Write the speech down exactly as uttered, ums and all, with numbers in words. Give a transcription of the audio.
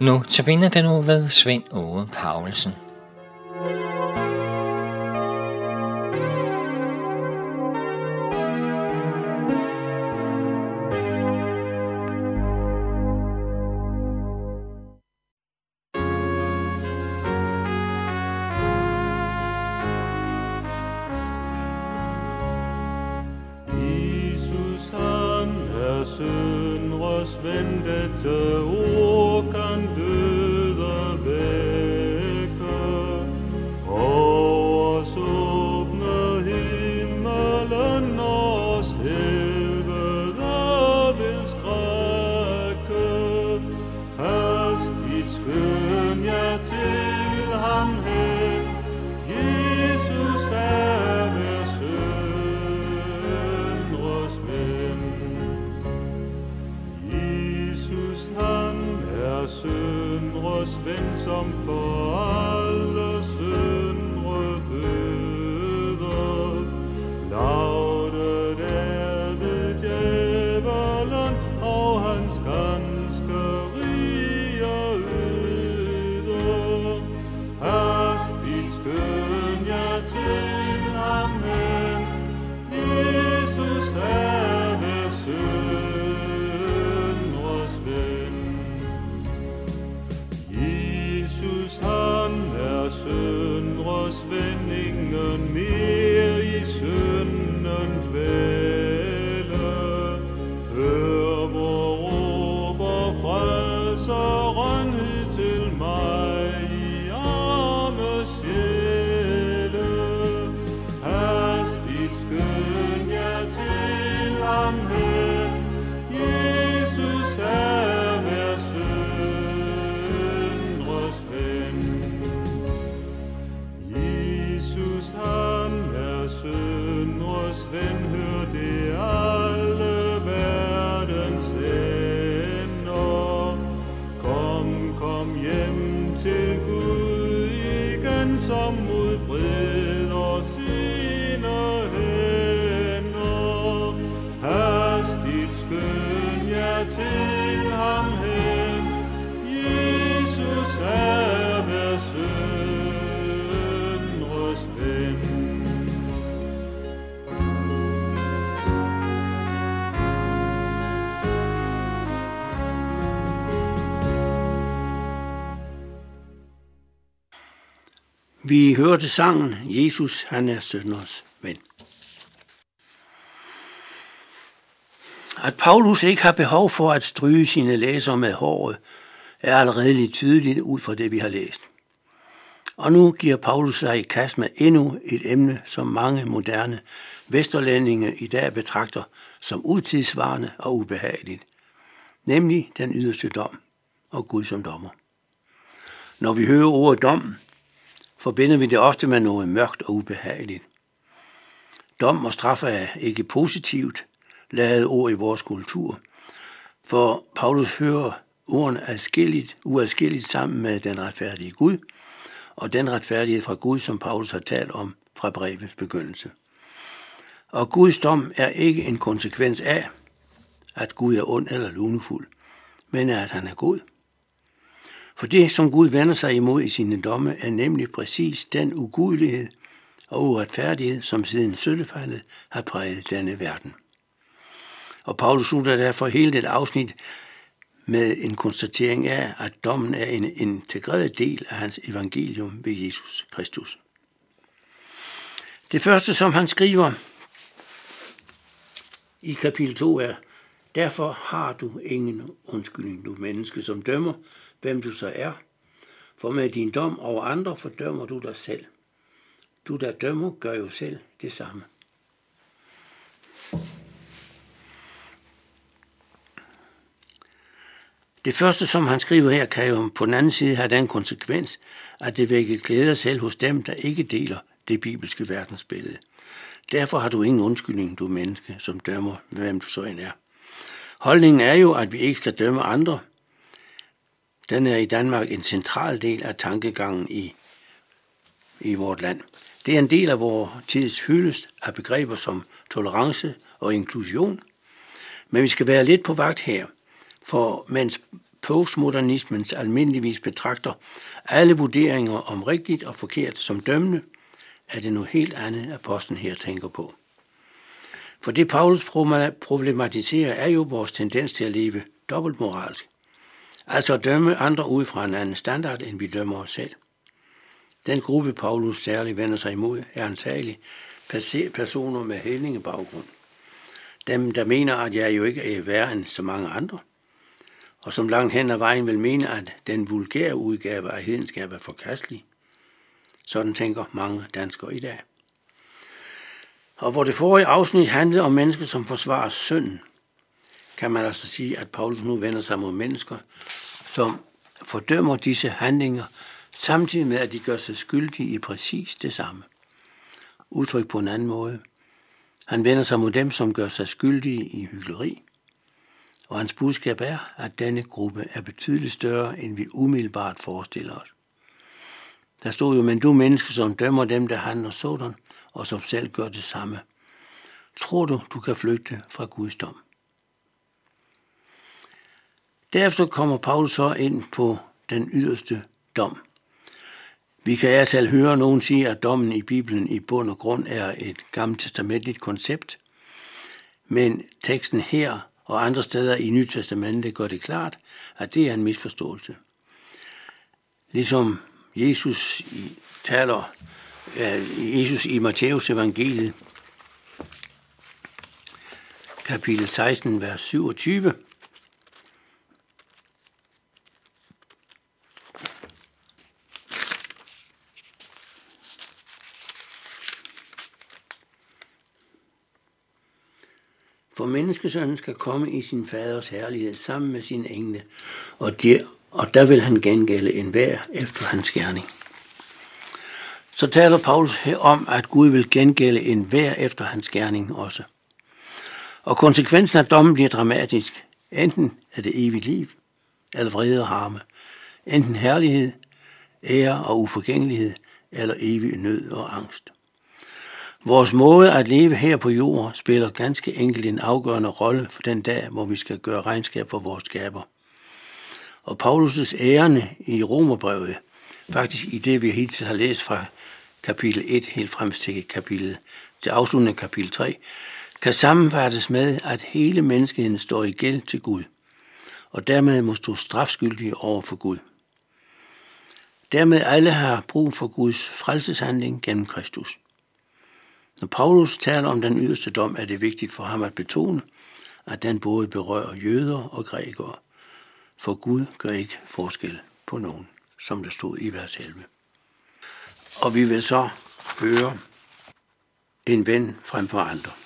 Nu tabiner den uge ved Svend Åge Paulsen. Jesus, han er syndres ven, dette ord kan døde vække. Og os åbne himmelen, os helvede vil skrække. Hastigt skøn jeg til ham hen, Jesus er hver syndres ven. Jesus, han er syndres ven, som for alle syndre døde. Laudet er ved djævelen og hans ganske rige øde. Hastigt skøn jeg til ham hen, Jesus er hver syndres ven. Jesus, han er syndres ven, ingen mere i synden dvæle. Hør, hvor råber frelseren ud til mig i arme sjæle. Hastigt skøn jeg til ham hen, Jesus er hver syndres ven. Jesus, han er syndres ven, hør det alle verdens ender. Kom, kom hjem til Gud igen, som udbreder sine hænder. Hastigt skøn jeg til ham hen, Jesus er hver syndres ven. Vi hørte sangen, Jesus, han er synders ven. At Paulus ikke har behov for at stryge sine læsere med håret, er allerede lidt tydeligt ud fra det, vi har læst. Og nu giver Paulus sig i kast med endnu et emne, som mange moderne vesterlændinge i dag betragter som utidsvarende og ubehageligt, nemlig den yderste dom og Gud som dommer. Når vi hører ordet dom, forbinder vi det ofte med noget mørkt og ubehageligt. Dom og straf er ikke positivt ladet ord i vores kultur, for Paulus hører ordene adskilligt, uadskilligt sammen med den retfærdige Gud, og den retfærdighed fra Gud, som Paulus har talt om fra brevets begyndelse. Og Guds dom er ikke en konsekvens af, at Gud er ond eller lunefuld, men at han er god. For det, som Gud vender sig imod i sine domme, er nemlig præcis den ugudelighed og uretfærdighed, som siden syndefaldet har præget denne verden. Og Paulus slutter derfor hele det afsnit med en konstatering af, at dommen er en integreret del af hans evangelium ved Jesus Kristus. Det første, som han skriver i kapitel to er, derfor har du ingen undskyldning, du menneske, som dømmer, hvem du så er, for med din dom over andre fordømmer du dig selv. Du, der dømmer, gør jo selv det samme. Det første, som han skriver her, kan jo på den anden side have den konsekvens, at det vækker glæde selv hos dem, der ikke deler det bibelske verdensbillede. Derfor har du ingen undskyldning, du menneske, som dømmer, hvem du så end er. Holdningen er jo, at vi ikke skal dømme andre. Den er i Danmark en central del af tankegangen i, i vort land. Det er en del af vores tids hyldest af begreber som tolerance og inklusion. Men vi skal være lidt på vagt her, for mens postmodernismens almindeligvis betragter alle vurderinger om rigtigt og forkert som dømmende, er det noget helt andet, apostlen her tænker på. For det Paulus problematiserer er jo vores tendens til at leve dobbeltmoralsk. Altså at dømme andre ud fra en anden standard, end vi dømmer os selv. Den gruppe Paulus særligt vender sig imod, er antagelig personer med helningebaggrund. Dem, der mener, at jeg jo ikke er værre end så mange andre, og som langt hen ad vejen vil mene, at den vulgære udgave af hedenskab er forkastelig. Sådan tænker mange danskere i dag. Og hvor det forrige afsnit handlede om mennesker, som forsvarer synden, kan man altså sige, at Paulus nu vender sig mod mennesker, som fordømmer disse handlinger, samtidig med, at de gør sig skyldige i præcis det samme. Udtrykt på en anden måde. Han vender sig mod dem, som gør sig skyldige i hykleri. Og hans budskab er, at denne gruppe er betydeligt større, end vi umiddelbart forestiller os. Der stod jo, men du mennesker, som dømmer dem, der handler sådan, og som selv gør det samme. Tror du, du kan flygte fra Guds dom? Derefter kommer Paulus så ind på den yderste dom. Vi kan altså høre nogen sige, at dommen i Bibelen i bund og grund er et gammeltestamentligt koncept, men teksten her og andre steder i Nyt Testamentet gør det klart, at det er en misforståelse. Ligesom Jesus i, taler uh, Jesus i Matthæus evangeliet, kapitel seksten, vers syvogtyve. For menneskesønnen skal komme i sin faders herlighed sammen med sine engle, og, de, og der vil han gengælde enhver efter hans gerning. Så taler Paulus her om, at Gud vil gengælde enhver efter hans gerning også. Og konsekvensen af dommen bliver dramatisk. Enten er det evigt liv, eller vrede og harme. Enten herlighed, ære og uforgængelighed, eller evig nød og angst. Vores måde at leve her på jorden spiller ganske enkelt en afgørende rolle for den dag, hvor vi skal gøre regnskab for vores skaber. Og Paulus' ærende i Romerbrevet, faktisk i det vi hittil har læst fra kapitel et helt frem til kapitel, til afslutningen af kapitel tre, kan sammenfattes med, at hele menneskeheden står i gæld til Gud, og dermed må stå strafskyldige over for Gud. Dermed alle har brug for Guds frelseshandling gennem Kristus. Når Paulus taler om den yderste dom, er det vigtigt for ham at betone, at den både berører jøder og grækere, for Gud gør ikke forskel på nogen, som der stod i vers elleve. Og vi vil så høre en ven frem for andre.